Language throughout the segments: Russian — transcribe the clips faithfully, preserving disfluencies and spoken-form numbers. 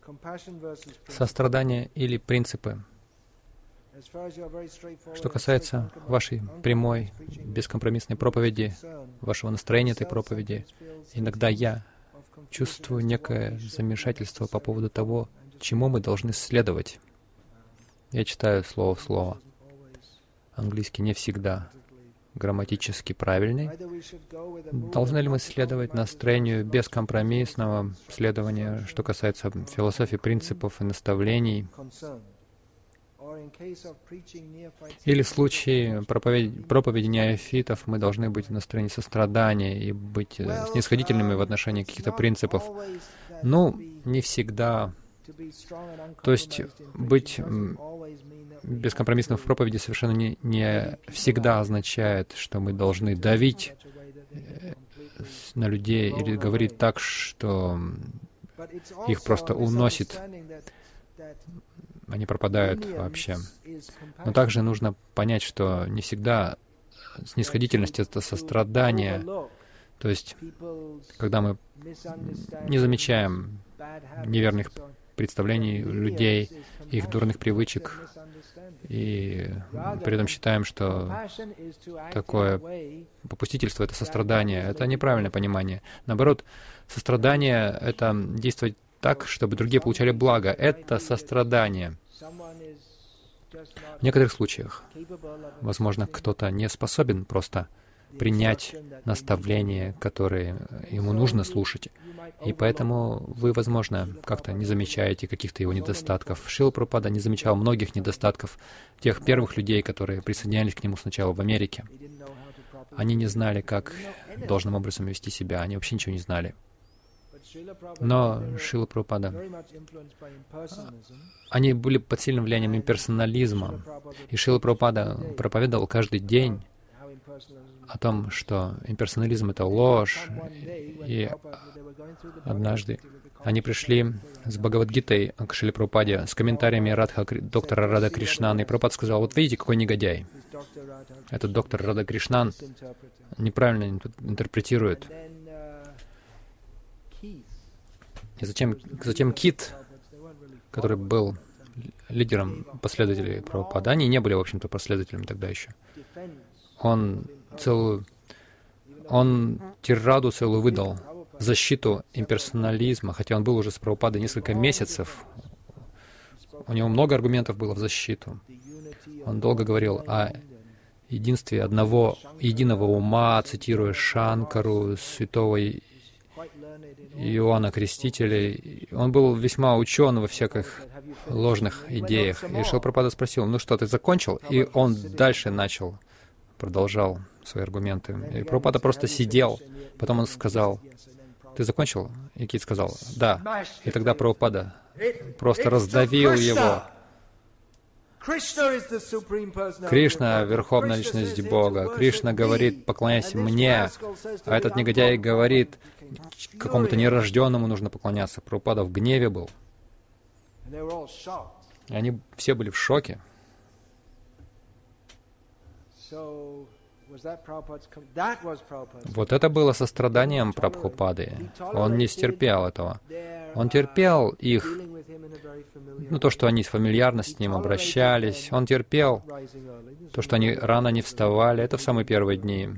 Сострадание или принципы. Что касается вашей прямой, бескомпромиссной проповеди, вашего настроения этой проповеди, иногда я чувствую некое замешательство по поводу того, чему мы должны следовать. Я читаю слово в слово. Английский не всегда грамматически правильный. Должны ли мы следовать настроению бескомпромиссного следования, что касается философии, принципов и наставлений? Или в случае проповеди, проповеди неофитов мы должны быть в настроении сострадания и быть снисходительными в отношении каких-то принципов? Ну, не всегда. То есть быть бескомпромиссным в проповеди совершенно не, не всегда означает, что мы должны давить на людей или говорить так, что их просто уносит, они пропадают вообще. Но также нужно понять, что не всегда снисходительность — это сострадание. То есть, когда мы не замечаем неверных представлений людей, их дурных привычек, и при этом считаем, что такое попустительство — это сострадание. Это неправильное понимание. Наоборот, сострадание — это действовать так, чтобы другие получали благо. Это сострадание. В некоторых случаях, возможно, кто-то не способен просто принять наставления, которые ему нужно слушать. И поэтому вы, возможно, как-то не замечаете каких-то его недостатков. Шрила Прабхупада не замечал многих недостатков тех первых людей, которые присоединялись к нему сначала в Америке. Они не знали, как должным образом вести себя, они вообще ничего не знали. Но Шрила Прабхупада, они были под сильным влиянием имперсонализма. И Шрила Прабхупада проповедовал каждый день о том, что имперсонализм — это ложь. И однажды они пришли с Бхагавад-гитой к Шриле Прабхупаде, с комментариями Радха, доктора Рада Кришнана. И Прабхупада сказал: вот видите, какой негодяй. Этот доктор Рада Кришнан неправильно интерпретирует. И затем, затем Кит, который был лидером последователей Прабхупады, они не были, в общем-то, последователями тогда еще. Он целую, он тираду целую выдал в защиту имперсонализма, хотя он был уже с Прабхупадой несколько месяцев. У него много аргументов было в защиту. Он долго говорил о единстве одного единого ума, цитируя Шанкару, святого Иоанна Крестителя. Он был весьма учен во всяких ложных идеях. И Шрила Прабхупада спросил: ну что, ты закончил? И он дальше начал, продолжал свои аргументы. И Прабхупада просто сидел. Потом он сказал: ты закончил? И Кит сказал: да. И тогда Прабхупада просто раздавил его. Кришна — Верховная Личность Бога. Кришна говорит: поклоняйся мне. А этот негодяй говорит: какому-то нерожденному нужно поклоняться. Прабхупада в гневе был. И они все были в шоке. Вот это было состраданием Прабхупады. Он не стерпел этого. Он терпел их, ну, то, что они фамильярно с ним обращались. Он терпел то, что они рано не вставали. Это в самые первые дни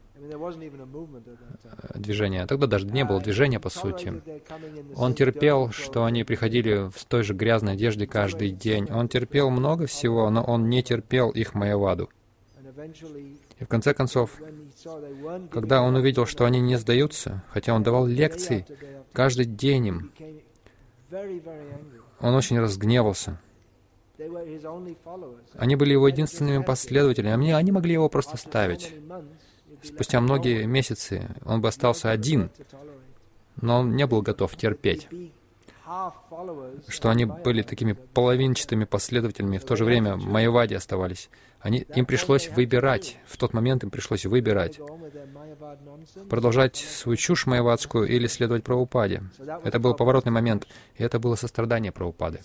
движения. Тогда даже не было движения, по сути. Он терпел, что они приходили в той же грязной одежде каждый день. Он терпел много всего, но он не терпел их майяваду. И в конце концов, когда он увидел, что они не сдаются, хотя он давал лекции каждый день им, он очень разгневался. Они были его единственными последователями, они могли его просто ставить. Спустя многие месяцы он бы остался один, но он не был готов терпеть, что они были такими половинчатыми последователями, в то же время майявади оставались. Они, им пришлось выбирать, в тот момент им пришлось выбирать, продолжать свою чушь майявадскую или следовать Прабхупаде. Это был поворотный момент, и это было сострадание Прабхупады.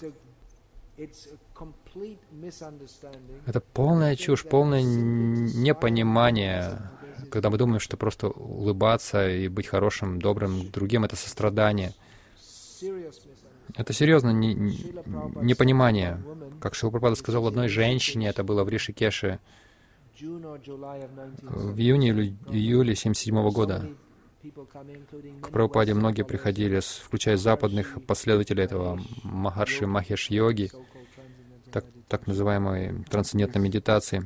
Это полная чушь, полное непонимание, когда мы думаем, что просто улыбаться и быть хорошим, добрым к другим — это сострадание. Это серьезно не, непонимание. Как Шрила Прабхупада сказал одной женщине, это было в Ришикеше, в июне или июле семьдесят седьмого года. К Прабхупаде многие приходили, включая западных последователей этого Махарши Махеш-йоги, так, так называемой трансцендентной медитации.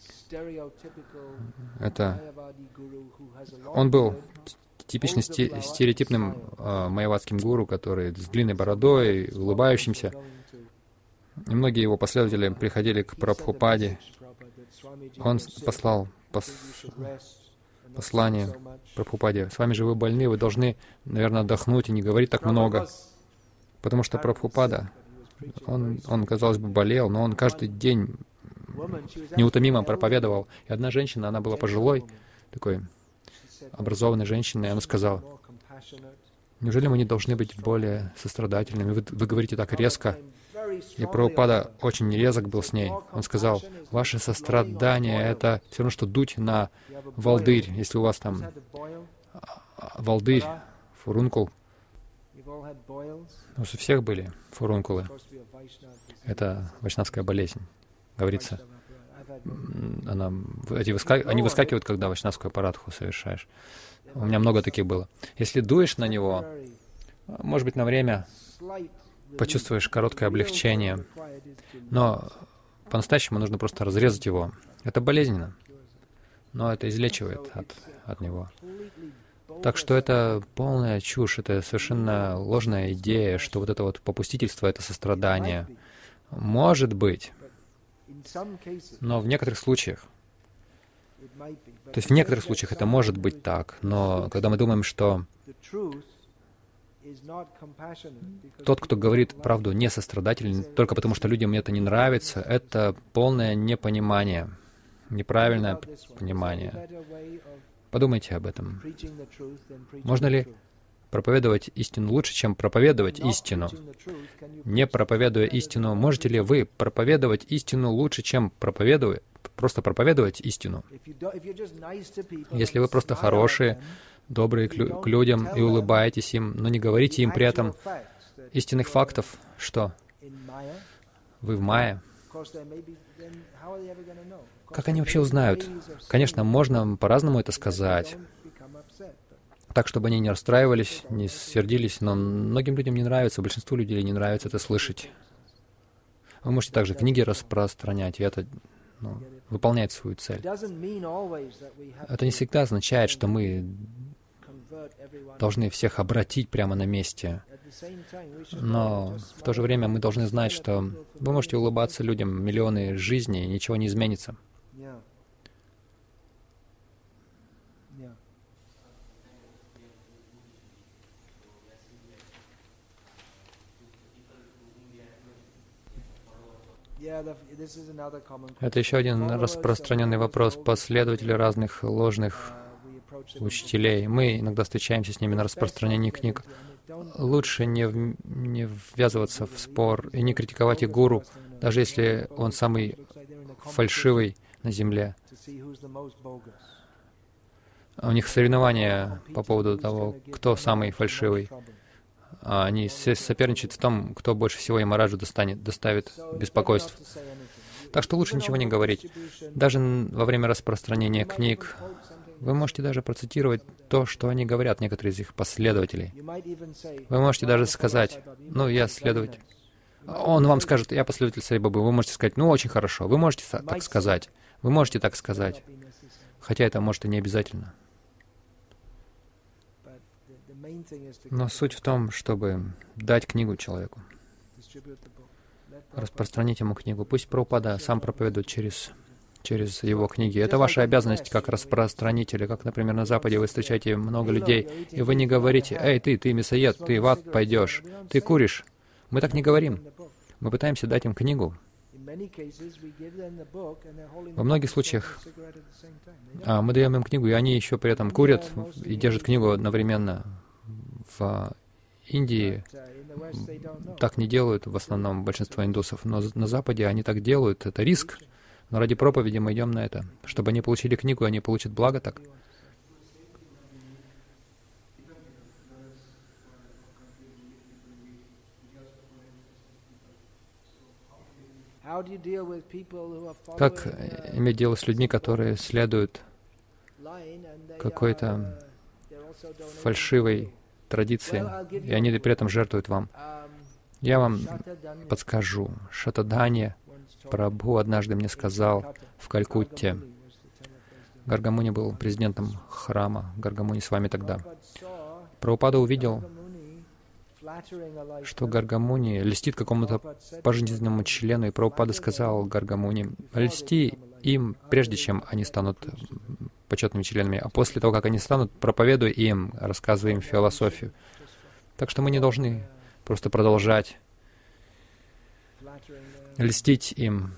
Это он был типичным стереотипным э, майявадским гуру, который с длинной бородой, улыбающимся. И многие его последователи приходили к Прабхупаде. Он послал пос, послание Прабхупаде: «С вами же вы больны, вы должны, наверное, отдохнуть и не говорить так много». Потому что Прабхупада, он, он, казалось бы, болел, но он каждый день неутомимо проповедовал. И одна женщина, она была пожилой, такой образованной женщиной, и она сказала: «Неужели мы не должны быть более сострадательными? Вы, вы говорите так резко». И Прабхупада очень резок был с ней. Он сказал: «Ваше сострадание — это все равно, что дуть на волдырь. Если у вас там волдырь, фурункул». У всех были фурункулы. Это вайшнавская болезнь, говорится. Она, эти выска... Они выскакивают, когда вайшнавскую парадху совершаешь. У меня много таких было. Если дуешь на него, может быть, на время почувствуешь короткое облегчение, но по-настоящему нужно просто разрезать его. Это болезненно, но это излечивает от, от него. Так что это полная чушь, это совершенно ложная идея, что вот это вот попустительство — это сострадание. Может быть, но в некоторых случаях, то есть в некоторых случаях это может быть так, но когда мы думаем, что тот, кто говорит правду, не сострадателен, только потому что людям это не нравится, это полное непонимание, неправильное понимание. Подумайте об этом. Можно ли проповедовать истину лучше, чем проповедовать истину? Не проповедуя истину, можете ли вы проповедовать истину лучше, чем проповедовать, просто проповедовать истину? Если вы просто хорошие, добрые к, лю- к людям и улыбаетесь им, но не говорите им при этом истинных фактов, что вы в майя, как они вообще узнают? Конечно, можно по-разному это сказать, так, чтобы они не расстраивались, не сердились, но многим людям не нравится, большинству людей не нравится это слышать. Вы можете также книги распространять, и это ну, выполняет свою цель. Это не всегда означает, что мы должны всех обратить прямо на месте. Но в то же время мы должны знать, что вы можете улыбаться людям миллионы жизней, и ничего не изменится. Это еще один распространенный вопрос. Последователи разных ложных учителей. Мы иногда встречаемся с ними на распространении книг. Лучше не, в, не ввязываться в спор и не критиковать и гуру, даже если он самый фальшивый на земле. У них соревнования по поводу того, кто самый фальшивый. Они соперничают в том, кто больше всего Ямараджу достанет, доставит беспокойств. Так что лучше ничего не говорить. Даже во время распространения книг вы можете даже процитировать то, что они говорят, некоторые из их последователей. Вы можете даже сказать: «Ну, я следователь». Он вам скажет: «Я последователь Саи Бабы». Вы можете сказать: «Ну, очень хорошо». Вы можете так сказать. Вы можете так сказать. Хотя это может и не обязательно. Но суть в том, чтобы дать книгу человеку, распространить ему книгу. Пусть Прабхупада сам проповедует через, через его книги. Это ваша обязанность как распространителя. Как, например, на Западе вы встречаете много людей, и вы не говорите: «Эй, ты, ты мясоед, ты в ад пойдешь, ты куришь». Мы так не говорим. Мы пытаемся дать им книгу. Во многих случаях а, мы даем им книгу, и они еще при этом курят и держат книгу одновременно. В Индии так не делают в основном большинство индусов, но на Западе они так делают, это риск. Но ради проповеди мы идем на это. Чтобы они получили книгу, они получат благо так. Как иметь дело с людьми, которые следуют какой-то фальшивой традиции, и они при этом жертвуют вам? Я вам подскажу. Шатадханья Прабху однажды мне сказал в Калькутте. Гаргамуни был президентом храма. Гаргамуни с вами тогда. Прабхупада увидел, что Гаргамуни льстит какому-то пожизненному члену, и Прабхупада сказал Гаргамуни: льсти им, прежде чем они станут почетными членами, а после того, как они станут, проповедуй им, рассказывай им философию. Так что мы не должны просто продолжать льстить им.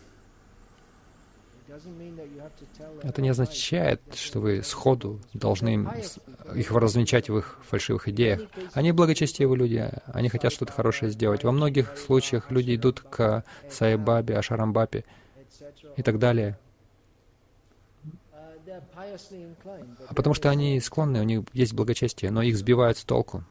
Это не означает, что вы сходу должны их развенчать в их фальшивых идеях. Они благочестивые люди, они хотят что-то хорошее сделать. Во многих случаях люди идут к Саи-Бабе, Ашарамбапе и так далее, а потому что они склонны, у них есть благочестие, но их сбивают с толку.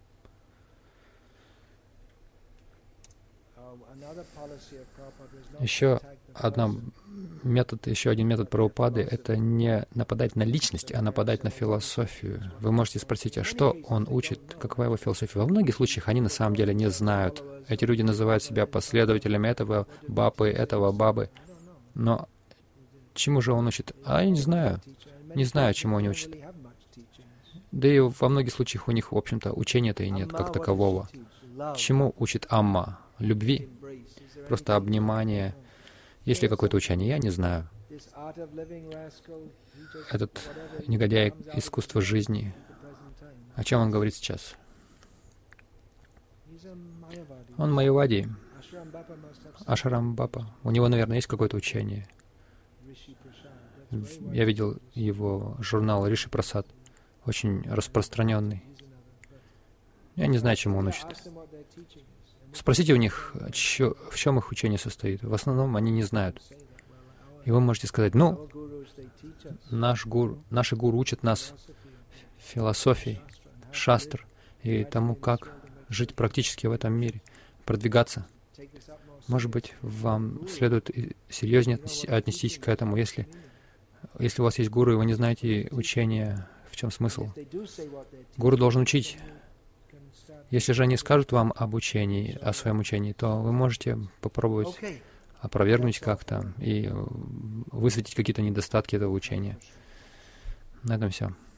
Еще одна метод, еще один метод Прабхупады — это не нападать на личность, а нападать на философию. Вы можете спросить, а что он учит, какова его философия? Во многих случаях они на самом деле не знают. Эти люди называют себя последователями этого бабы, этого бабы. Но чему же он учит? А я не знаю. Не знаю, чему он учит. Да и во многих случаях у них, в общем-то, учения-то и нет как такового. Чему учит Амма? Любви? Просто обнимание. Есть ли какое-то учение? Я не знаю. Этот негодяй искусства жизни. О чем он говорит сейчас? Он майявади. Ашарамбапа. У него, наверное, есть какое-то учение. Я видел его журнал Риши Прасад, очень распространенный. Я не знаю, чему он учит. Спросите у них, чё, в чем их учение состоит. В основном они не знают. И вы можете сказать: ну, наш гуру, наши гуру учат нас философии, шастр и тому, как жить практически в этом мире, продвигаться. Может быть, вам следует серьезнее отнестись к этому, если, если у вас есть гуру, и вы не знаете учения, в чем смысл. Гуру должен учить. Если же они скажут вам об учении, о своем учении, то вы можете попробовать опровергнуть как-то и высветить какие-то недостатки этого учения. На этом все.